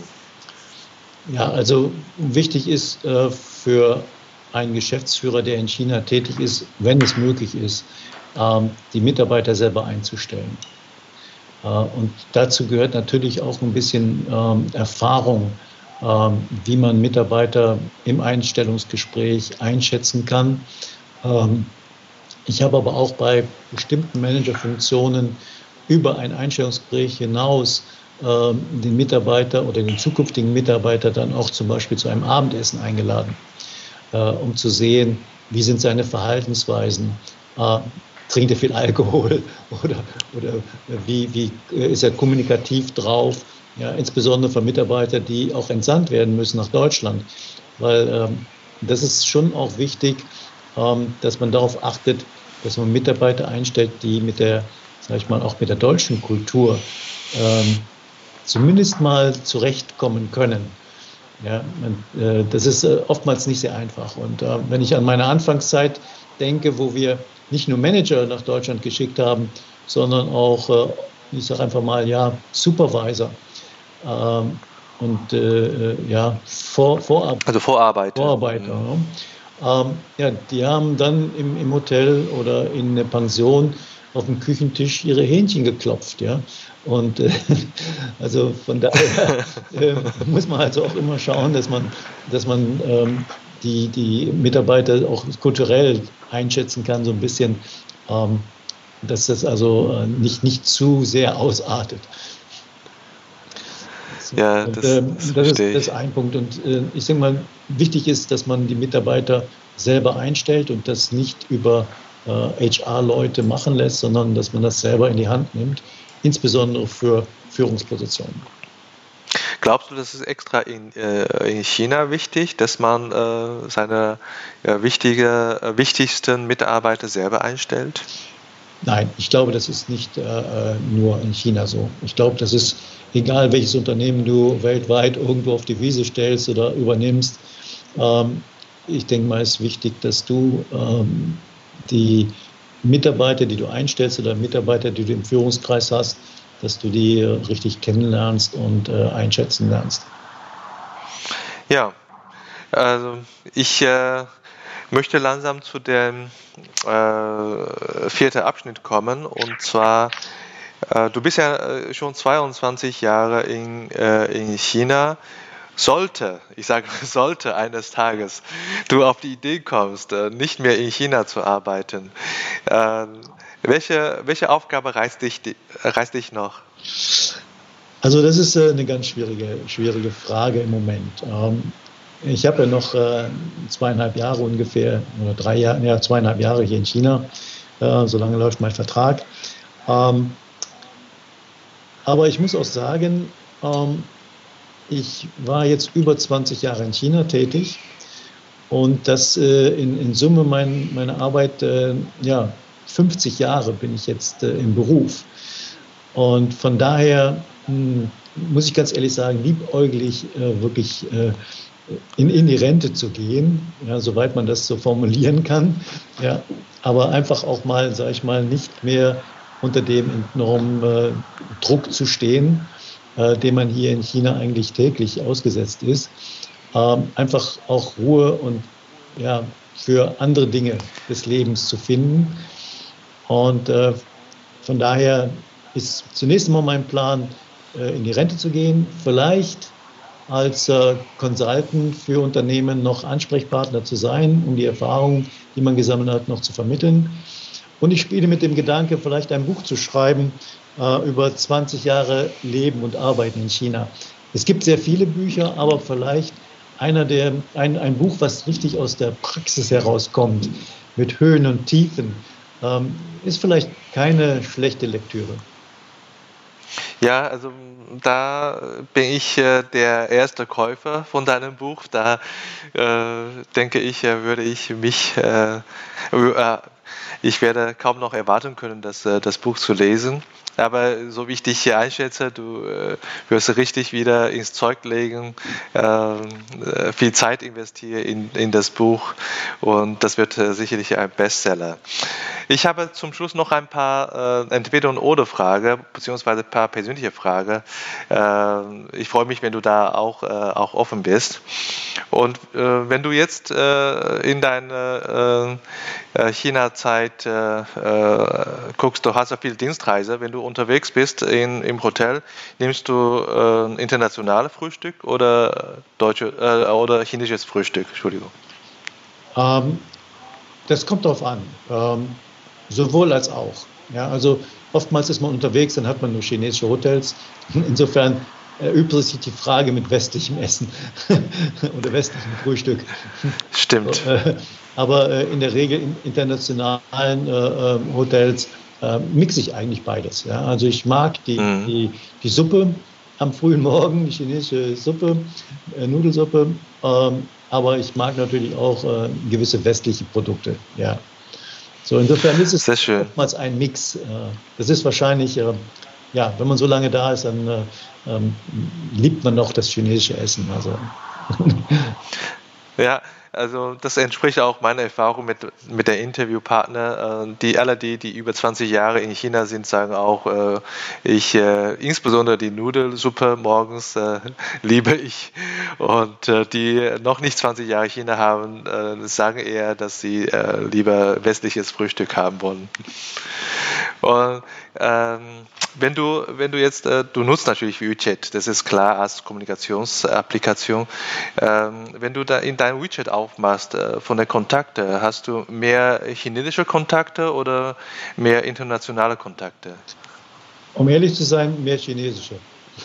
Ja, also wichtig ist äh, für einen Geschäftsführer, der in China tätig ist, wenn es möglich ist, ähm, die Mitarbeiter selber einzustellen. Äh, und dazu gehört natürlich auch ein bisschen ähm, Erfahrung, ähm, wie man Mitarbeiter im Einstellungsgespräch einschätzen kann. Ähm, Ich habe aber auch bei bestimmten Managerfunktionen über ein Einstellungsgespräch hinaus äh, den Mitarbeiter oder den zukünftigen Mitarbeiter dann auch zum Beispiel zu einem Abendessen eingeladen. äh, um zu sehen, wie sind seine Verhaltensweisen, äh, trinkt er viel Alkohol oder, oder wie, wie ist er kommunikativ drauf, ja, insbesondere für Mitarbeiter, die auch entsandt werden müssen nach Deutschland, weil ähm, das ist schon auch wichtig, ähm, dass man darauf achtet, dass man Mitarbeiter einstellt, die mit der, sag ich mal, auch mit der deutschen Kultur ähm, zumindest mal zurechtkommen können. Ja, man, äh, das ist äh, oftmals nicht sehr einfach. Und äh, wenn ich an meine Anfangszeit denke, wo wir nicht nur Manager nach Deutschland geschickt haben, sondern auch, äh, ich sage einfach mal, ja, Supervisor ähm, und äh, ja, Vor, Vorab Also Vorarbeiter. Vorarbeiter. Mhm. Ja. Ähm, ja, die haben dann im, im Hotel oder in der Pension auf dem Küchentisch ihre Hähnchen geklopft, ja. Und äh, also von daher äh, muss man also auch immer schauen, dass man, dass man ähm, die, die Mitarbeiter auch kulturell einschätzen kann, so ein bisschen, ähm, dass das also äh, nicht, nicht zu sehr ausartet. So. Ja, Und, das, ähm, das das, ist, verstehe das ich. ist ein Punkt. Und äh, ich denke mal, wichtig ist, dass man die Mitarbeiter selber einstellt und das nicht über äh, H R-Leute machen lässt, sondern dass man das selber in die Hand nimmt, insbesondere für Führungspositionen. Glaubst du, das ist extra in, äh, in China wichtig, dass man äh, seine äh, wichtige, äh, wichtigsten Mitarbeiter selber einstellt? Nein, ich glaube, das ist nicht äh, nur in China so. Ich glaube, das ist egal, welches Unternehmen du weltweit irgendwo auf die Wiese stellst oder übernimmst. Ähm, ich denke mal, es ist wichtig, dass du ähm, die Mitarbeiter, die du einstellst oder Mitarbeiter, die du im Führungskreis hast, dass du die äh, richtig kennenlernst und äh, einschätzen lernst. Ja, also ich äh, möchte langsam zu dem äh, vierten Abschnitt kommen, und zwar, äh, du bist ja äh, schon zweiundzwanzig Jahre in, äh, in China. Sollte, ich sage sollte eines Tages du auf die Idee kommst, äh, nicht mehr in China zu arbeiten, äh, welche, welche Aufgabe reizt dich, reizt dich noch? Also das ist äh, eine ganz schwierige, schwierige Frage im Moment. Ähm, ich habe ja noch äh, zweieinhalb Jahre ungefähr, oder drei Jahre, ja, zweieinhalb Jahre hier in China. Äh, so lange läuft mein Vertrag. Ähm, aber ich muss auch sagen, ähm, ich war jetzt über zwanzig Jahre in China tätig und das äh, in, in Summe mein, meine Arbeit, äh, ja, fünfzig Jahre bin ich jetzt äh, im Beruf. Und von daher mh, muss ich ganz ehrlich sagen, liebäuglich äh, wirklich äh, in, in die Rente zu gehen, ja, soweit man das so formulieren kann. Ja, aber einfach auch mal, sage ich mal, nicht mehr unter dem enormen äh, Druck zu stehen, äh, dem man hier in China eigentlich täglich ausgesetzt ist. Ähm, einfach auch Ruhe und ja, für andere Dinge des Lebens zu finden. Und äh, von daher ist zunächst einmal mein Plan, äh, in die Rente zu gehen, vielleicht als äh, Consultant für Unternehmen noch Ansprechpartner zu sein, um die Erfahrungen, die man gesammelt hat, noch zu vermitteln. Und ich spiele mit dem Gedanke, vielleicht ein Buch zu schreiben äh, über zwanzig Jahre Leben und Arbeiten in China. Es gibt sehr viele Bücher, aber vielleicht einer der, ein, ein Buch, was richtig aus der Praxis herauskommt, mit Höhen und Tiefen, ähm, ist vielleicht keine schlechte Lektüre. Ja, also da bin ich äh, der erste Käufer von deinem Buch. Da äh, denke ich, äh, würde ich mich, äh, äh, ich werde kaum noch erwarten können, das, äh, das Buch zu lesen. Aber so wie ich dich hier einschätze, du äh, wirst richtig wieder ins Zeug legen, äh, viel Zeit investieren in, in das Buch, und das wird äh, sicherlich ein Bestseller. Ich habe zum Schluss noch ein paar äh, Entweder- und Oder-Fragen, beziehungsweise ein paar persönliche Fragen. Äh, ich freue mich, wenn du da auch, äh, auch offen bist. Und äh, wenn du jetzt äh, in deine äh, China-Zeit äh, äh, guckst, du hast ja viel Dienstreise, wenn du unterwegs bist in, im Hotel, nimmst du äh, internationales Frühstück oder deutsche äh, oder chinesisches Frühstück? Entschuldigung. Ähm, das kommt darauf an, ähm, sowohl als auch. Ja, also oftmals ist man unterwegs, dann hat man nur chinesische Hotels. Insofern erübrigt sich die Frage mit westlichem Essen oder westlichem Frühstück. Stimmt. Äh, aber äh, in der Regel in internationalen äh, Hotels äh, mixe ich eigentlich beides. Ja? Also ich mag die, Mhm. die, die Suppe am frühen Morgen, die chinesische Suppe, äh, Nudelsuppe, ähm, aber ich mag natürlich auch äh, gewisse westliche Produkte. Ja. So, insofern ist es Sehr schön. oftmals ein Mix. Äh, das ist wahrscheinlich, äh, ja, wenn man so lange da ist, dann äh, ähm, liebt man noch das chinesische Essen. Also. Ja, also das entspricht auch meiner Erfahrung mit, mit der Interviewpartner. Äh, Die alle, die, die über zwanzig Jahre in China sind, sagen auch, äh, ich, äh, insbesondere die Nudelsuppe morgens äh, liebe ich. Und äh, die noch nicht zwanzig Jahre China haben, äh, sagen eher, dass sie äh, lieber westliches Frühstück haben wollen. Und ähm, wenn du, wenn du jetzt, äh, du nutzt natürlich WeChat, das ist klar als Kommunikationsapplikation. Ähm, wenn du da in dein WeChat aufmachst, äh, von der Kontakte, hast du mehr chinesische Kontakte oder mehr internationale Kontakte? Um ehrlich zu sein, mehr chinesische.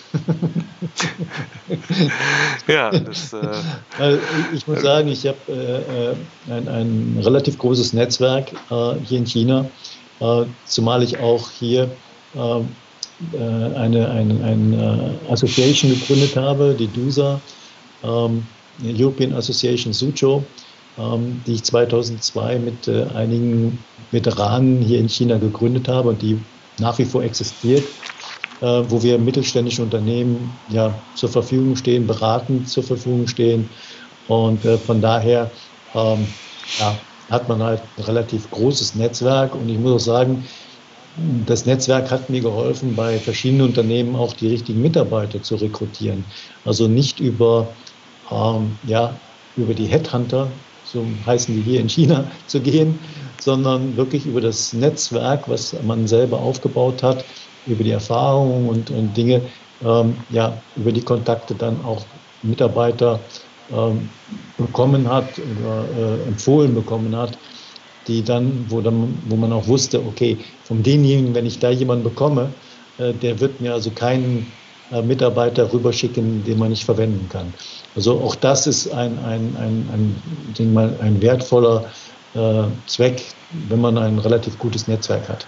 Ja, das. Äh, Weil ich muss sagen, ich habe äh, äh, ein, ein relativ großes Netzwerk äh, hier in China, äh, zumal ich auch hier äh, äh, eine, eine, eine Association gegründet habe, die DUSA, ähm, European Association Suzhou, ähm, die ich zweitausendzwei mit äh, einigen Veteranen hier in China gegründet habe und die nach wie vor existiert, äh, wo wir mittelständische Unternehmen ja zur Verfügung stehen, beratend zur Verfügung stehen. Und äh, von daher ähm, ja, hat man halt ein relativ großes Netzwerk. Und ich muss auch sagen, das Netzwerk hat mir geholfen, bei verschiedenen Unternehmen auch die richtigen Mitarbeiter zu rekrutieren. Also nicht über, ähm, ja, über die Headhunter, so heißen die hier in China, zu gehen, sondern wirklich über das Netzwerk, was man selber aufgebaut hat, über die Erfahrungen und, und Dinge, ähm, ja, über die Kontakte dann auch Mitarbeiter ähm, bekommen hat oder äh, empfohlen bekommen hat, die dann, wo dann, wo man auch wusste, okay, von denjenigen, wenn ich da jemanden bekomme, äh, der wird mir also keinen äh, Mitarbeiter rüberschicken, den man nicht verwenden kann. Also auch das ist ein, ein, ein, ein, ein, mal, ein wertvoller äh, Zweck, wenn man ein relativ gutes Netzwerk hat.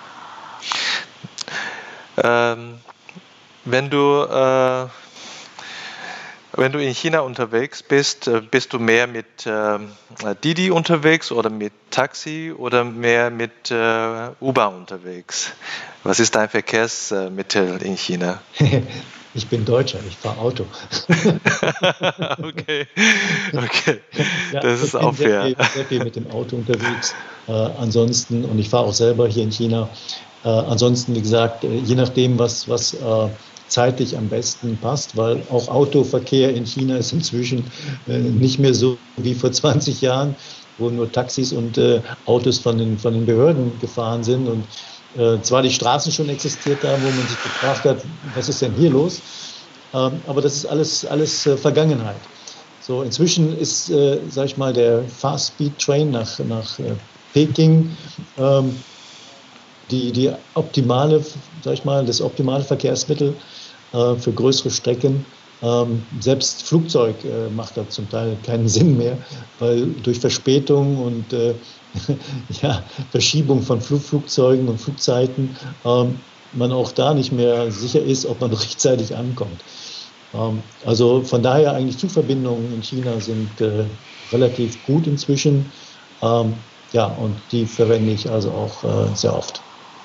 ähm, wenn du äh, Wenn du in China unterwegs bist, äh, bist du mehr mit ähm, Didi unterwegs oder mit Taxi oder mehr mit äh, U-Bahn unterwegs? Was ist dein Verkehrsmittel in China? Ich bin Deutscher, ich fahre Auto. Okay, okay, Ja, das ich ist bin auch sehr fair. viel, sehr viel mit dem Auto unterwegs. Äh, ansonsten, und ich fahre auch selber hier in China. Äh, ansonsten, wie gesagt, äh, je nachdem, was, was äh, zeitlich am besten passt, weil auch Autoverkehr in China ist inzwischen äh, nicht mehr so wie vor zwanzig Jahren, wo nur Taxis und äh, Autos von den, von den Behörden gefahren sind und äh, zwar die Straßen schon existiert haben, wo man sich gefragt hat, was ist denn hier los? Ähm, aber das ist alles, alles äh, Vergangenheit. So, inzwischen ist, äh, sag ich mal, der Fast-Speed-Train nach, nach äh, Peking ähm, die, die optimale, sag ich mal, das optimale Verkehrsmittel äh, für größere Strecken. Ähm, selbst Flugzeug äh, macht da zum Teil keinen Sinn mehr, weil durch Verspätung und äh, ja, Verschiebung von Flug, Flugzeugen und Flugzeiten ähm, man auch da nicht mehr sicher ist, ob man rechtzeitig ankommt. Ähm, also von daher eigentlich Zugverbindungen in China sind äh, relativ gut inzwischen. Ähm, ja, und die verwende ich also auch äh, sehr oft.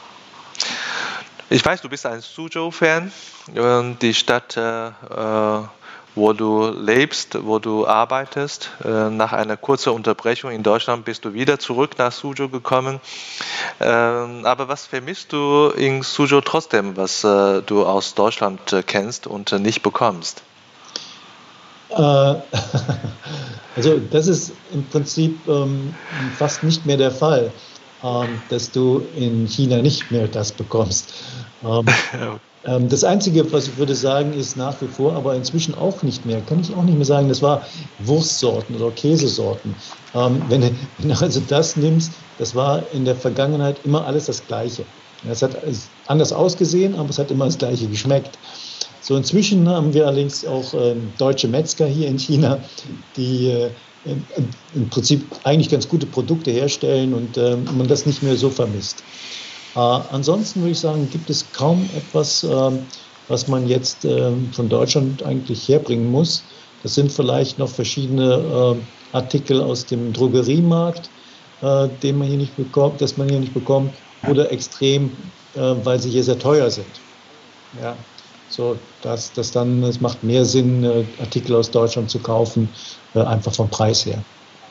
Ich weiß, du bist ein Suzhou-Fan. Und die Stadt, äh, äh, wo du lebst, wo du arbeitest. Äh, nach einer kurzen Unterbrechung in Deutschland bist du wieder zurück nach Suzhou gekommen. Ähm, aber was vermisst du in Suzhou trotzdem, was äh, du aus Deutschland äh, kennst und äh, nicht bekommst? Äh, also das ist im Prinzip ähm, fast nicht mehr der Fall, ähm, dass du in China nicht mehr das bekommst. Ähm, ähm, das Einzige, was ich würde sagen, ist nach wie vor, aber inzwischen auch nicht mehr, kann ich auch nicht mehr sagen, das war Wurstsorten oder Käsesorten. Ähm, wenn, wenn du also das nimmst, das war in der Vergangenheit immer alles das Gleiche. Es hat anders ausgesehen, aber es hat immer das Gleiche geschmeckt. So, inzwischen haben wir allerdings auch äh, deutsche Metzger hier in China, die äh, im Prinzip eigentlich ganz gute Produkte herstellen und äh, man das nicht mehr so vermisst. Äh, ansonsten würde ich sagen, gibt es kaum etwas, äh, was man jetzt äh, von Deutschland eigentlich herbringen muss. Das sind vielleicht noch verschiedene äh, Artikel aus dem Drogeriemarkt, äh, den man hier nicht bekommt, das man hier nicht bekommt, oder extrem, äh, weil sie hier sehr teuer sind. Ja, so dass das dann, es macht mehr Sinn, äh, Artikel aus Deutschland zu kaufen, äh, einfach vom Preis her.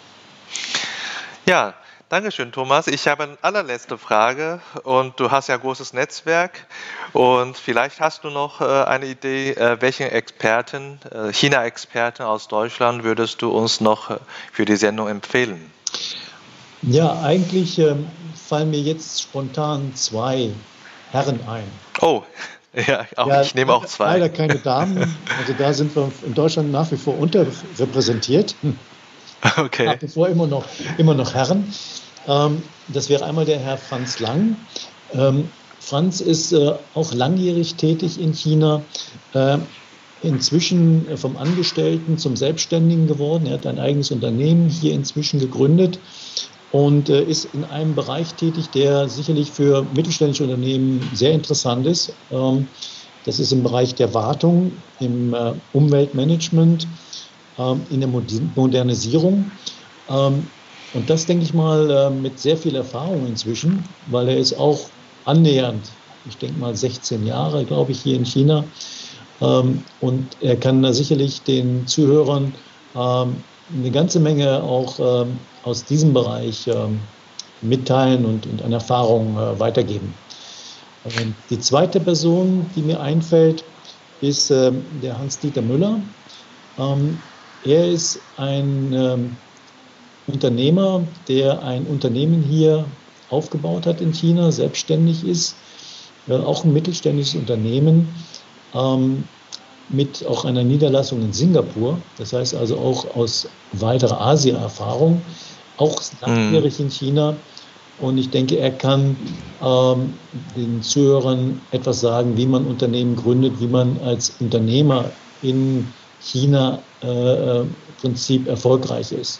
Ja, danke schön, Thomas. Ich habe eine allerletzte Frage und du hast ja ein großes Netzwerk und vielleicht hast du noch äh, eine Idee, äh, welchen Experten, äh, China-Experten aus Deutschland würdest du uns noch äh, für die Sendung empfehlen? Ja, eigentlich ähm, fallen mir jetzt spontan zwei Herren ein. Oh, ja, auch, Ja, ich nehme auch zwei. leider keine Damen. Also da sind wir in Deutschland nach wie vor unterrepräsentiert. Okay. Nach wie vor immer noch, immer noch Herren. Ähm, das wäre einmal der Herr Franz Lang. Ähm, Franz ist äh, auch langjährig tätig in China, äh, inzwischen vom Angestellten zum Selbstständigen geworden. Er hat ein eigenes Unternehmen hier inzwischen gegründet und äh, ist in einem Bereich tätig, der sicherlich für mittelständische Unternehmen sehr interessant ist. Ähm, das ist im Bereich der Wartung, im äh, Umweltmanagement, ähm, in der Modernisierung. Ähm, und das, denke ich mal, äh, mit sehr viel Erfahrung inzwischen, weil er ist auch annähernd, ich denke mal sechzehn Jahre, glaube ich, hier in China. Ähm, und er kann da sicherlich den Zuhörern ähm, eine ganze Menge auch ähm, aus diesem Bereich ähm, mitteilen und, und an Erfahrung äh, weitergeben. Ähm, die zweite Person, die mir einfällt, ist ähm, der Hans-Dieter Müller. Ähm, er ist ein ähm, Unternehmer, der ein Unternehmen hier aufgebaut hat in China, selbstständig ist, äh, auch ein mittelständisches Unternehmen, ähm, mit auch einer Niederlassung in Singapur, das heißt also auch aus weiterer Asia-Erfahrung, auch langjährig in China. Und ich denke, er kann ähm, den Zuhörern etwas sagen, wie man Unternehmen gründet, wie man als Unternehmer in China äh, im Prinzip erfolgreich ist.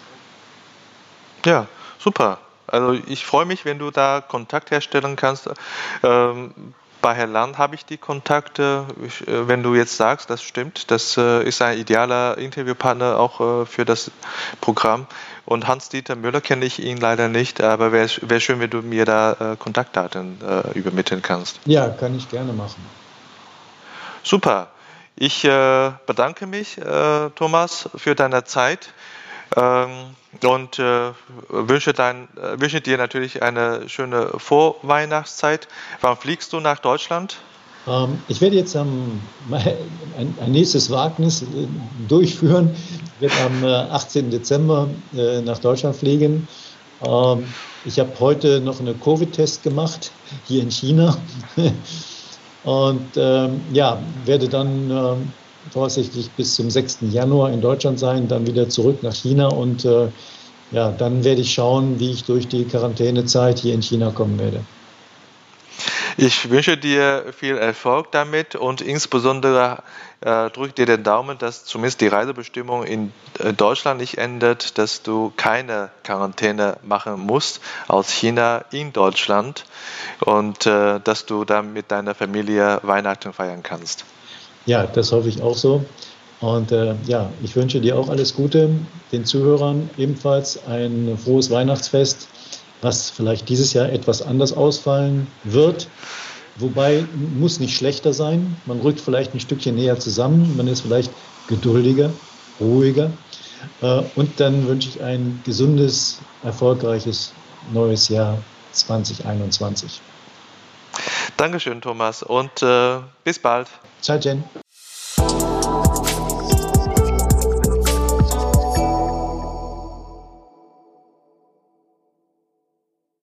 Ja, super. Also ich freue mich, wenn du da Kontakt herstellen kannst. Ähm, bei Herrn Lang habe ich die Kontakte. Ich, äh, wenn du jetzt sagst, das stimmt, das äh, ist ein idealer Interviewpartner auch äh, für das Programm. Und Hans-Dieter Müller kenne ich ihn leider nicht, aber wäre wär schön, wenn du mir da äh, Kontaktdaten äh, übermitteln kannst. Ja, kann ich gerne machen. Super. Ich äh, bedanke mich, äh, Thomas, für deine Zeit. Ähm, und äh, wünsche, dein, äh, wünsche dir natürlich eine schöne Vorweihnachtszeit. Wann fliegst du nach Deutschland? Ähm, ich werde jetzt am, ein, ein nächstes Wagnis äh, durchführen. Ich werde am äh, achtzehnten Dezember äh, nach Deutschland fliegen. Ähm, ich habe heute noch einen Covid-Test gemacht, hier in China. Und ähm, ja, werde dann ähm, voraussichtlich bis zum sechsten Januar in Deutschland sein, dann wieder zurück nach China und äh, ja, dann werde ich schauen, wie ich durch die Quarantänezeit hier in China kommen werde. Ich wünsche dir viel Erfolg damit und insbesondere äh, drück dir den Daumen, dass zumindest die Reisebestimmung in äh, Deutschland nicht ändert, dass du keine Quarantäne machen musst aus China in Deutschland und äh, dass du dann mit deiner Familie Weihnachten feiern kannst. Ja, das hoffe ich auch so. Und äh, ja, ich wünsche dir auch alles Gute, den Zuhörern ebenfalls ein frohes Weihnachtsfest, was vielleicht dieses Jahr etwas anders ausfallen wird. Wobei, muss nicht schlechter sein. Man rückt vielleicht ein Stückchen näher zusammen, man ist vielleicht geduldiger, ruhiger. Äh, und dann wünsche ich ein gesundes, erfolgreiches neues Jahr zwanzig einundzwanzig. Dankeschön, Thomas, und äh, bis bald. Ciao, Jen.